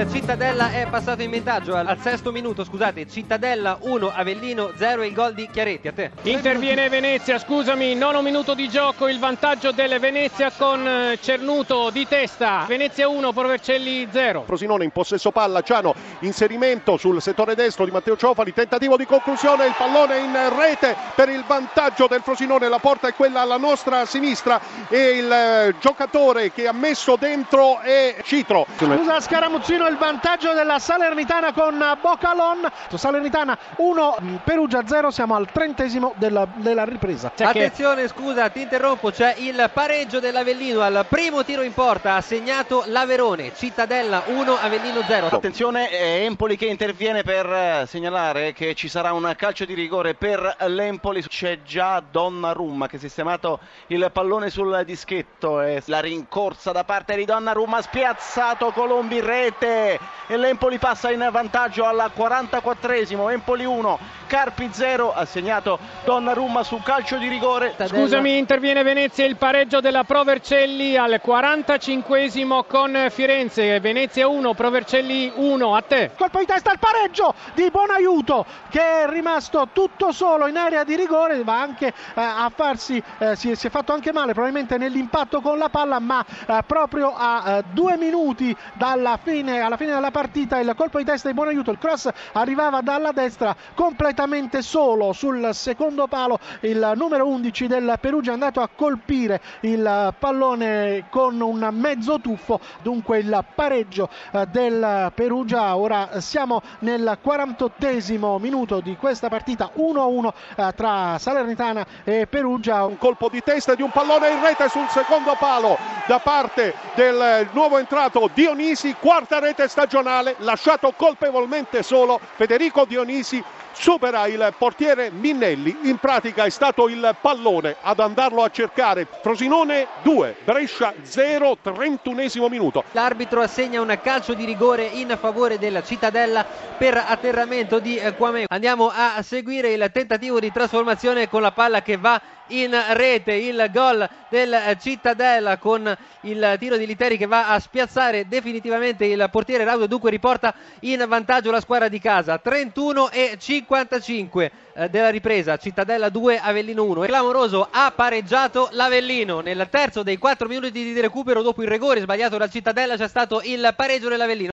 del Cittadella è passato in vantaggio al sesto minuto, scusate. Cittadella 1, Avellino 0, il gol di Chiaretti. A te. Interviene Venezia, scusami, nono minuto di gioco, il vantaggio del Venezia con Cernuto di testa. Venezia 1, Provercelli 0. Frosinone in possesso palla, Ciano, inserimento sul settore destro di Matteo Ciofali, tentativo di conclusione, il pallone in rete per il vantaggio del Frosinone, la porta è quella alla nostra sinistra e il giocatore che ha messo dentro è Citro. Scusa Scaramuzzino, il vantaggio della Salernitana con Bocalon. Salernitana 1, Perugia 0, siamo al 30° della ripresa. Attenzione, scusa, ti interrompo, c'è il pareggio dell'Avellino al primo tiro in porta, ha segnato l'Averone. Cittadella 1, Avellino 0. Attenzione, Empoli che interviene per segnalare che ci sarà un calcio di rigore per l'Empoli. C'è già Donnarumma che ha sistemato il pallone sul dischetto e la rincorsa da parte di Donnarumma, spiazzato Colombi, rete e l'Empoli passa in vantaggio al 44esimo. Empoli 1, Carpi 0, ha segnato Donnarumma su calcio di rigore. Scusami, interviene Venezia, il pareggio della Provercelli al 45esimo con Firenze. Venezia 1, Provercelli 1. A te. Colpo di testa al pareggio di Buonaiuto che è rimasto tutto solo in area di rigore, va anche a farsi, si è fatto anche male probabilmente nell'impatto con la palla, ma proprio a 2 minuti alla fine della partita il colpo di testa di Buonaiuto, il cross arrivava dalla destra completamente solo sul secondo palo, il numero 11 del Perugia è andato a colpire il pallone con un mezzo tuffo, dunque il pareggio del Perugia. Ora siamo nel 48esimo minuto di questa partita, 1-1 tra Salernitana e Perugia. Un colpo di testa di un pallone in rete sul secondo palo da parte del nuovo entrato Dionisi, quarta rete stagionale, lasciato colpevolmente solo Federico Dionisi, supera il portiere Minnelli, in pratica è stato il pallone ad andarlo a cercare. Frosinone 2, Brescia 0, 31esimo minuto. L'arbitro assegna un calcio di rigore in favore della Cittadella per atterramento di Kwame. Andiamo a seguire il tentativo di trasformazione con la palla che va in rete, il gol del Cittadella con il tiro di Literi che va a spiazzare definitivamente il portiere Raudo, dunque riporta in vantaggio la squadra di casa. 31-55 della ripresa, Cittadella 2, Avellino 1. Clamoroso ha pareggiato l'Avellino nel terzo dei 4 minuti di recupero dopo il rigore sbagliato dal Cittadella, c'è stato il pareggio dell'Avellino.